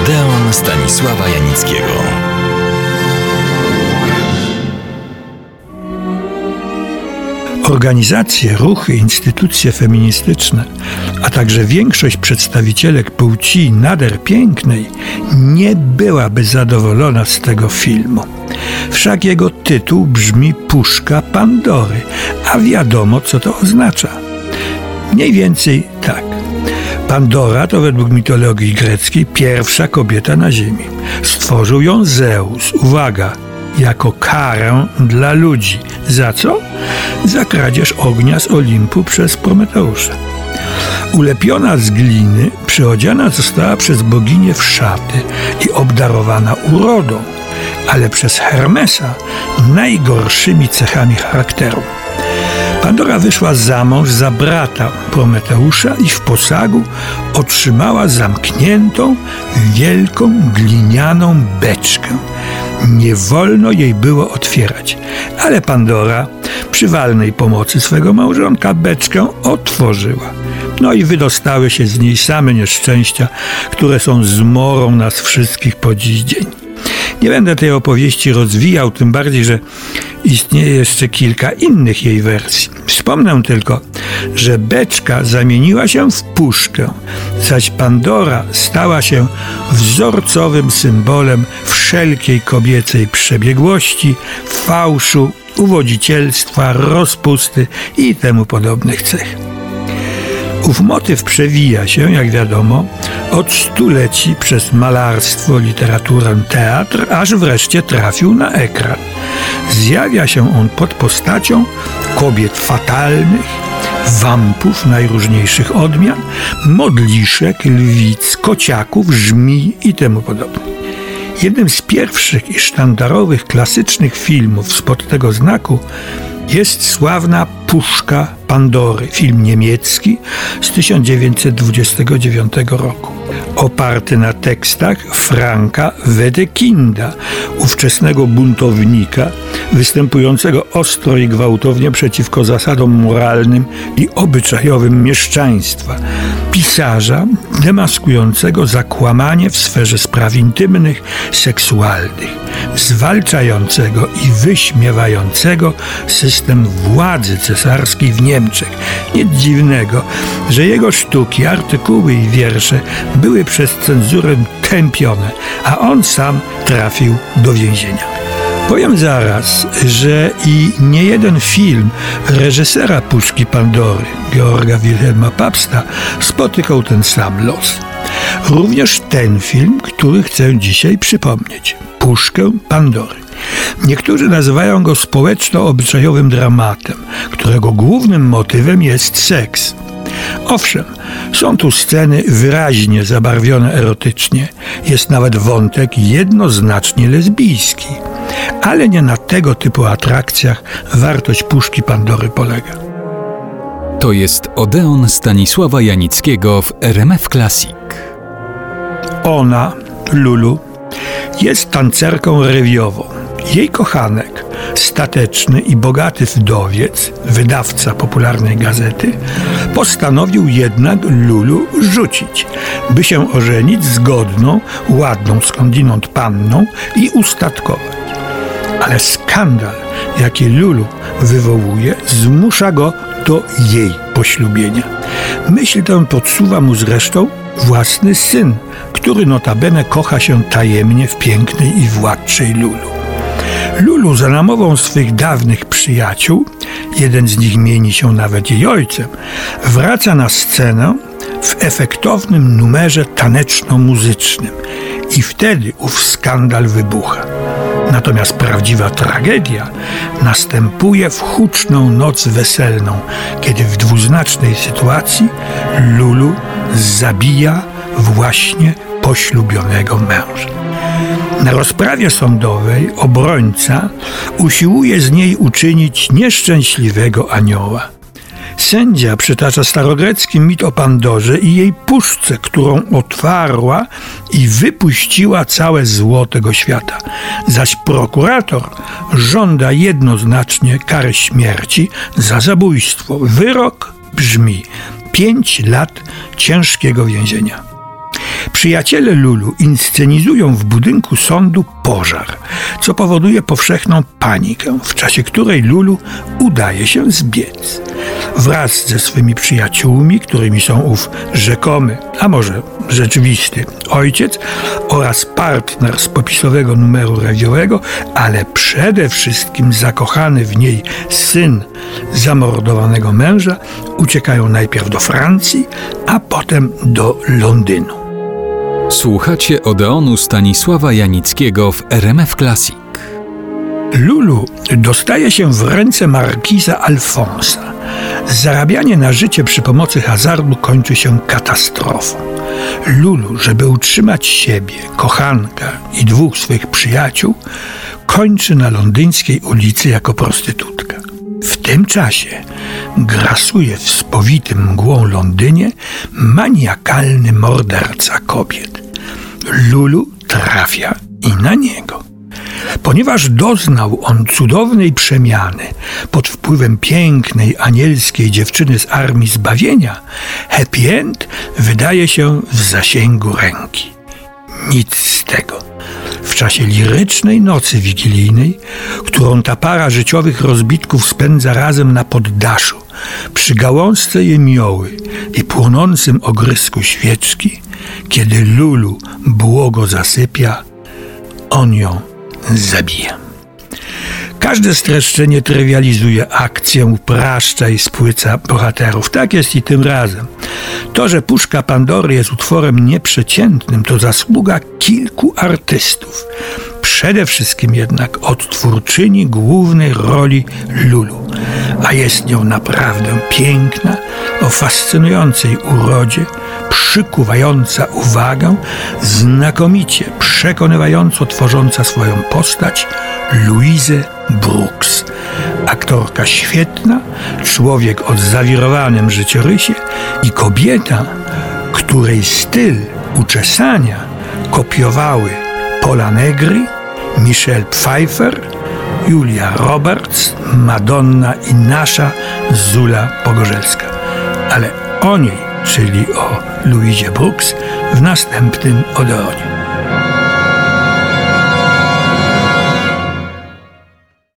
Odeon Stanisława Janickiego. Organizacje, ruchy, instytucje feministyczne, a także większość przedstawicielek płci nader pięknej nie byłaby zadowolona z tego filmu. Wszak jego tytuł brzmi Puszka Pandory, a wiadomo, co to oznacza. Mniej więcej tak. Pandora to według mitologii greckiej pierwsza kobieta na ziemi. Stworzył ją Zeus. Uwaga! Jako karę dla ludzi. Za co? Za kradzież ognia z Olimpu przez Prometeusza. Ulepiona z gliny, przyodziana została przez boginię w szaty i obdarowana urodą, ale przez Hermesa najgorszymi cechami charakteru. Pandora wyszła za mąż za brata Prometeusza i w posagu otrzymała zamkniętą, wielką, glinianą beczkę. Nie wolno jej było otwierać, ale Pandora przy walnej pomocy swego małżonka beczkę otworzyła. No i wydostały się z niej same nieszczęścia, które są zmorą nas wszystkich po dziś dzień. Nie będę tej opowieści rozwijał, tym bardziej, że istnieje jeszcze kilka innych jej wersji. Wspomnę tylko, że beczka zamieniła się w puszkę, zaś Pandora stała się wzorcowym symbolem wszelkiej kobiecej przebiegłości, fałszu, uwodzicielstwa, rozpusty i temu podobnych cech. Ów motyw przewija się, jak wiadomo, od stuleci przez malarstwo, literaturę, teatr, aż wreszcie trafił na ekran. Zjawia się on pod postacią kobiet fatalnych, wampów najróżniejszych odmian, modliszek, lwic, kociaków, żmij i temu podobnych. Jednym z pierwszych i sztandarowych klasycznych filmów spod tego znaku jest sławna Puszka Pandory, film niemiecki z 1929 roku. Oparty na tekstach Franka Wedekinda, ówczesnego buntownika, występującego ostro i gwałtownie przeciwko zasadom moralnym i obyczajowym mieszczaństwa. Pisarza demaskującego zakłamanie w sferze spraw intymnych, seksualnych, zwalczającego i wyśmiewającego system władzy cesarskiej w Niemczech. Nic dziwnego, że jego sztuki, artykuły i wiersze były przez cenzurę tępione, a on sam trafił do więzienia. Powiem zaraz, że i niejeden film reżysera Puszki Pandory, Georga Wilhelma Pabsta, spotykał ten sam los. Również ten film, który chcę dzisiaj przypomnieć. Puszkę Pandory. Niektórzy nazywają go społeczno-obyczajowym dramatem, którego głównym motywem jest seks. Owszem, są tu sceny wyraźnie zabarwione erotycznie, jest nawet wątek jednoznacznie lesbijski, ale nie na tego typu atrakcjach wartość Puszki Pandory polega. To jest Odeon Stanisława Janickiego w RMF Classic. Ona, Lulu, jest tancerką rewiową. Jej kochanek, stateczny i bogaty wdowiec, wydawca popularnej gazety, postanowił jednak Lulu rzucić, by się ożenić z godną, ładną skądinąd panną i ustatkować. Ale skandal, jaki Lulu wywołuje, zmusza go do jej poślubienia. Myśl tę podsuwa mu zresztą własny syn, który notabene kocha się tajemnie w pięknej i władczej Lulu. Lulu za namową swych dawnych przyjaciół, jeden z nich mieni się nawet jej ojcem, wraca na scenę w efektownym numerze taneczno-muzycznym i wtedy ów skandal wybucha. Natomiast prawdziwa tragedia następuje w huczną noc weselną, kiedy w dwuznacznej sytuacji Lulu zabija właśnie poślubionego męża. Na rozprawie sądowej obrońca usiłuje z niej uczynić nieszczęśliwego anioła. Sędzia przytacza starogrecki mit o Pandorze i jej puszce, którą otwarła i wypuściła całe zło tego świata. Zaś prokurator żąda jednoznacznie kary śmierci za zabójstwo. Wyrok brzmi 5 lat ciężkiego więzienia. Przyjaciele Lulu inscenizują w budynku sądu pożar, co powoduje powszechną panikę, w czasie której Lulu udaje się zbiec. Wraz ze swymi przyjaciółmi, którymi są ów rzekomy, a może rzeczywisty ojciec oraz partner z popisowego numeru radiowego, ale przede wszystkim zakochany w niej syn zamordowanego męża, uciekają najpierw do Francji, a potem do Londynu. Słuchacie Odeonu Stanisława Janickiego w RMF Classic. Lulu dostaje się w ręce markiza Alfonsa. Zarabianie na życie przy pomocy hazardu kończy się katastrofą. Lulu, żeby utrzymać siebie, kochanka i 2 swych przyjaciół, kończy na londyńskiej ulicy jako prostytutka. W tym czasie grasuje w spowitym mgłą Londynie maniakalny morderca kobiet. Lulu trafia i na niego. Ponieważ doznał on cudownej przemiany pod wpływem pięknej, anielskiej dziewczyny z Armii Zbawienia, happy end wydaje się w zasięgu ręki. Nic z tego. W czasie lirycznej nocy wigilijnej, którą ta para życiowych rozbitków spędza razem na poddaszu, przy gałązce jemioły i płonącym ogrysku świeczki, kiedy Lulu błogo zasypia, on ją zabija. Każde streszczenie trywializuje akcję, upraszcza i spłyca bohaterów. Tak jest i tym razem. To, że Puszka Pandory jest utworem nieprzeciętnym, to zasługa kilku artystów. Przede wszystkim jednak odtwórczyni głównej roli Lulu, a jest nią naprawdę piękna, o fascynującej urodzie, przykuwająca uwagę, znakomicie, przekonywająco tworząca swoją postać Louise Brooks. Aktorka świetna, człowiek o zawirowanym życiorysie i kobieta, której styl uczesania kopiowały Pola Negri, Michelle Pfeiffer, Julia Roberts, Madonna i nasza Zula Pogorzelska. Ale o niej, czyli o Louisie Brooks, w następnym Odeonie.